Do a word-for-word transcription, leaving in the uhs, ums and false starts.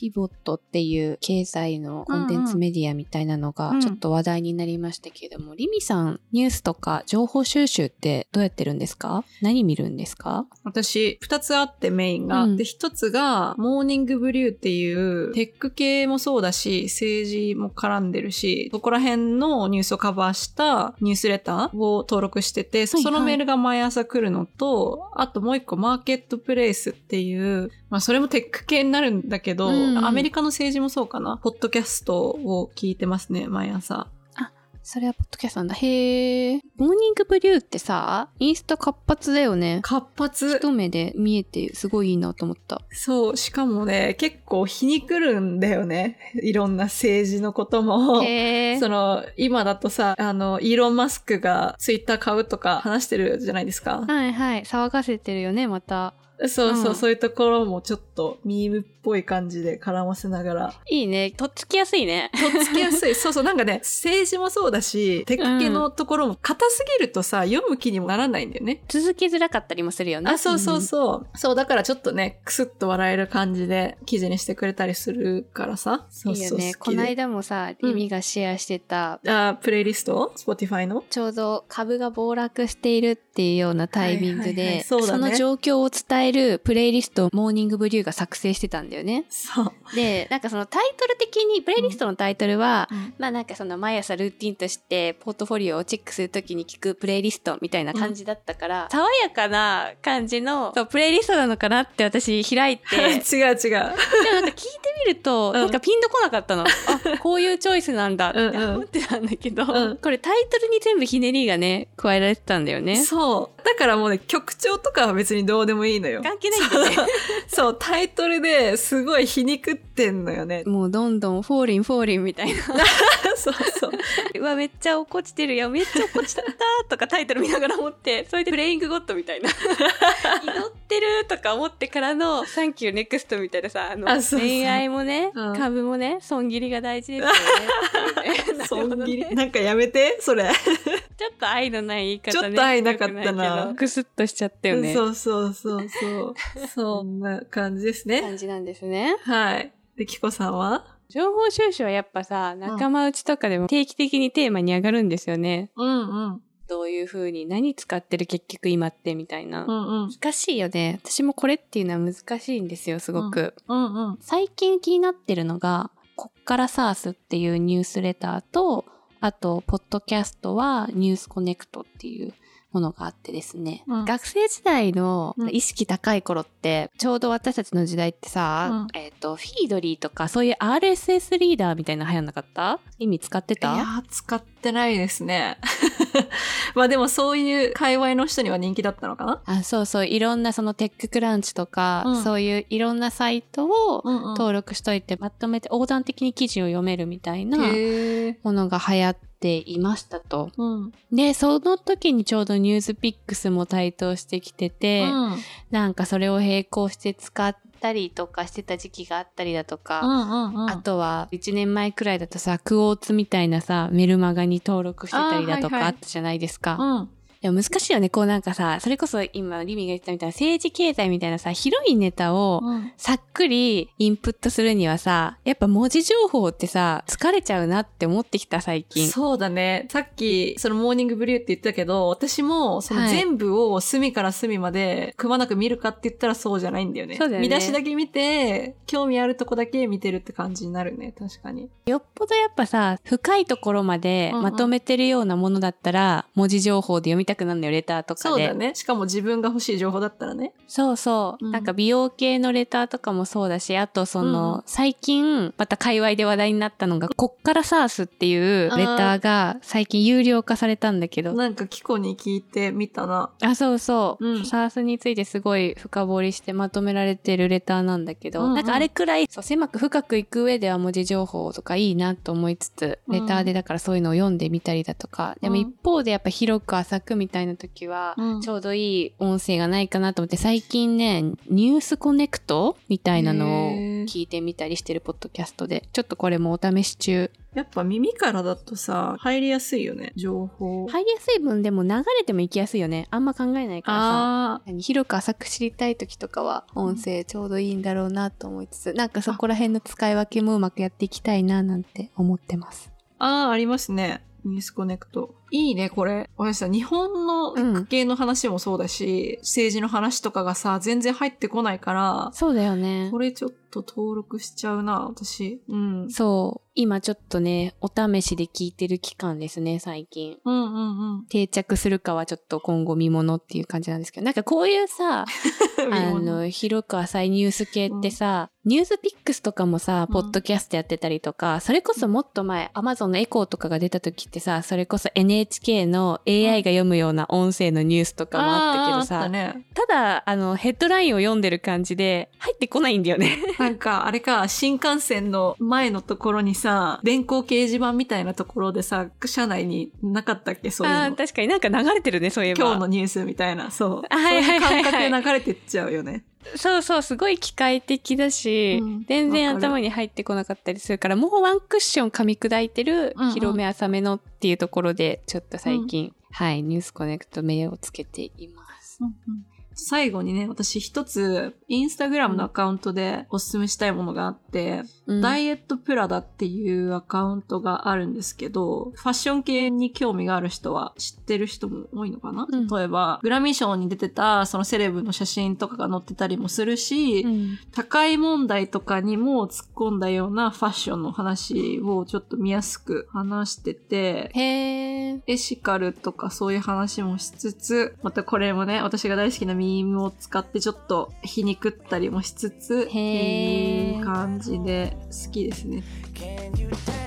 ピボットっていう経済のコンテンツメディアみたいなのがちょっと話題になりましたけれども、うんうん、リミさんニュースとか情報収集ってどうやってるんですか？何見るんですか？ 私ふたつあってメインが、うん、でひとつがモーニングブリューっていうテック系もそうだし政治も絡んでるしそこら辺のニュースをカバーしたニュースレターを登録してて、はいはい、そのメールが毎朝来るのと、あともう一個マーケットプレイスっていう、まあそれもテック系になるんだけど、うんうん、アメリカの政治もそうかな、ポッドキャストを聞いてますね毎朝。 それはポッドキャストなんだ。へー。モーニングブリューってさ、インスタ活発だよね。 活発。 一目で見えてすごいいいなと思った。 そう、しかもね、結構皮にくるんだよね。いろんな政治のことも。 へー。 その、今だとさ、あの、イーロン・マスクがツイッター買うとか話してるじゃないですか。 はいはい。騒がせてるよね、また。 そうそう、うん、そういうところもちょっとミームっぽい感じで絡ませながら。 いいね。とっつきやすいね。 とっつきやすい。そうそう、なんかね、政治もそうだし、テック系のところも硬すぎるとさ、読む気にもならないんだよね。 続きづらかったりもするよね。 あ、そうそうそう。うん、そう、だからちょっとね、クスッと笑える感じで記事にしてくれたりするからさ。そうそう、いいよね。 この間もさ、リミがシェアしてた、 うん、あ、プレイリスト Spotify のちょうど株が暴落しているっていうようなタイミングで、はいはいはい、そうだね、その状況を伝えるプレイリストをモーニングブリューが作成してたんだよね。 そう。 で、なんかそのタイトル的に、プレイリストのタイトルは、うん、まあなんかその毎朝ルーティンとしてポートフォリオをチェックするときに聞くプレイリストみたいな感じだったから、うん、爽やかな感じのそうプレイリストなのかなって私開いて。 違う違う。でもなんか聞いてみると、うん、なんかピンとこなかったの。あ、こういうチョイスなんだって思ってたんだけど、うんうん、これタイトルに全部ひねりがね、加えられてたんだよね。 そう。だからもうね、曲調とかは別にどうでもいいのよ。 関係ないんだよね。 そう、タイトルですごい皮肉ってんのよね。 もうどんどんフォーリンフォーリンみたいな。 そうそう。 うわ、めっちゃ怒ってるよ。めっちゃ怒っちゃったとかタイトル見ながら思って、それでプレイングゴッドみたいな。祈ってるとか思ってからのサンキューネクストみたいなさ、あの、あそうそう恋愛もね、うん、株もね、損切りが大事ですよね。 損切りなんかやめて、それ。 ちょっと愛のない言い方ね。 ちょっと愛なかったな。 クスッとしちゃったよね。 そうそうそうそう。そんな感じですね。 感じなんですね。 はい。で、キコさんは？ 情報収集はやっぱさ、仲間内とかでも定期的にテーマに上がるんですよね。 うんうん。 どういう風に何使ってる結局今ってみたいな、 うんうん、 難しいよね。私もこれっていうのは難しいんですよ、すごく、 うんうんうん、 最近気になってるのがこっからサースっていうニュースレターと、あとポッドキャストはニュースコネクトっていうものがあってですね、うん、学生時代の意識高い頃って、うん、ちょうど私たちの時代ってさ、うん、えっとフィードリーとかそういう アールエスエス リーダーみたいなの流行んなかった？意味使ってた？ いやー使ってないですね。まあでもそういう界隈の人には人気だったのかな？ あ、そうそう、いろんなそのテッククランチとか、うん、そういういろんなサイトを登録しといて、うんうん、まとめて横断的に記事を読めるみたいなものが流行っていましたと、 うん、 でその時にちょうどニュースピックスも台頭してきてて、うん、なんかそれを並行して使ったりとかしてた時期があったりだとか、 うんうんうん、 あとはいちねんまえくらいだとさクオーツみたいなさメルマガに登録してたりだとかあったじゃないですか、 はいはい、うん、 でも難しいよね。こうなんかさ、それこそ今リミが言ってたみたいな政治経済みたいなさ、広いネタをさっくりインプットするにはさ、やっぱ文字情報ってさ、疲れちゃうなって思ってきた最近。 そうだね。さっきそのモーニングブリューって言ったけど、私もその全部を隅から隅までくまなく見るかって言ったらそうじゃないんだよね。 そうだよね。 見出しだけ見て、興味あるとこだけ見てるって感じになるね。確かに。 よっぽどやっぱさ、深いところまでまとめてるようなものだったら、うんうん、文字情報で読みたくなるのよ、レターとかで。 そうだね。しかも自分が欲しい情報だったらね。 そうそう、うん、なんか美容系のレターとかもそうだし、あとその、うん、最近また界隈で話題になったのがこっからサースっていうレターが最近有料化されたんだけど、 なんかキコに聞いてみたな。 あ、そうそう、うん、サースについてすごい深掘りしてまとめられてるレターなんだけど、うんうん、なんかあれくらいそう狭く深くいく上では文字情報とかいいなと思いつつ、レターでだからそういうのを読んでみたりだとか、うん、でも一方でやっぱ広く浅くみたいな時は、 うん、 ちょうどいい音声がないかなと思って、最近ね、ニュースコネクトみたいなのを聞いてみたりしてるポッドキャストで、ちょっとこれもお試し中。 やっぱ耳からだとさ、入りやすいよね、情報。 入りやすい分でも流れても行きやすいよね。あんま考えないからさ。広く浅く知りたい時とかは音声ちょうどいいんだろうなと思いつつ、うん、なんかそこら辺の使い分けもうまくやっていきたいななんて思ってます。 ああ、ありますね。ニュースコネクト。いいね、これ。私さ、日本のテック系の話もそうだし、うん、政治の話とかがさ、全然入ってこないから。 そうだよね。 これちょっと登録しちゃうな、私。うん。 そう。今ちょっとね、お試しで聞いてる期間ですね、最近。 うんうんうん。 定着するかはちょっと今後見ものっていう感じなんですけど、なんかこういうさ、あの、広く浅いニュース系ってさ、うん、ニュースピックスとかもさ、ポッドキャストやってたりとか、うん、それこそもっと前、アマゾンのエコーとかが出た時ってさ、それこそ エヌエイチケー の エーアイ が読むような音声のニュースとかもあったけどさ、 あったね、 ただ、あの、ヘッドラインを読んでる感じで、入ってこないんだよね。 なんか、あれか、新幹線の前のところにさ、電光掲示板みたいなところでさ、車内になかったっけ、そういうの。 あー、確かになんか流れてるね、そういえば。 今日のニュースみたいな、そう。 はいはいはいはい、 そういう感覚で流れてっちゃうよね。 そうそう、すごい機械的だし、うん、全然頭に入ってこなかったりするから、もうワンクッション噛み砕いてる、うんうん、広め浅めのっていうところで、ちょっと最近、うん、はい、ニュースコネクト目をつけています。 うんうん、最後にね、私一つ、インスタグラムのアカウントでおすすめしたいものがあって、うん、ダイエットプラダっていうアカウントがあるんですけど、ファッション系に興味がある人は知ってる人も多いのかな、うん、例えば、グラミー賞に出てたそのセレブの写真とかが載ってたりもするし、うん、社会問題とかにも突っ込んだようなファッションの話をちょっと見やすく話してて、 へー。 エシカルとかそういう話もしつつ、またこれもね、私が大好きなミームを使ってちょっと皮肉ったりもしつつ、っていう感じで好きですね。